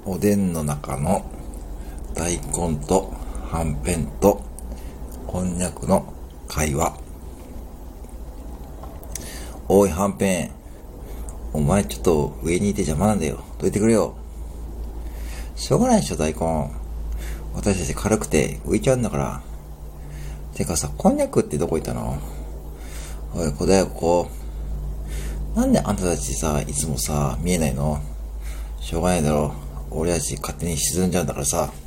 おでんの中の大根とはんぺんとこんにゃくの会話。おいはんぺん、お前ちょっと上にいて邪魔なんだよ。どいてくれよ。しょうがないでしょ大根。私たち軽くて浮いちゃうんだから。てかさ、こんにゃくってどこ行ったの？おい、ここだよ、ここ。なんであんたたちさ、いつもさ、見えないの？しょうがないだろ。俺たち勝手に沈んじゃうんだからさ。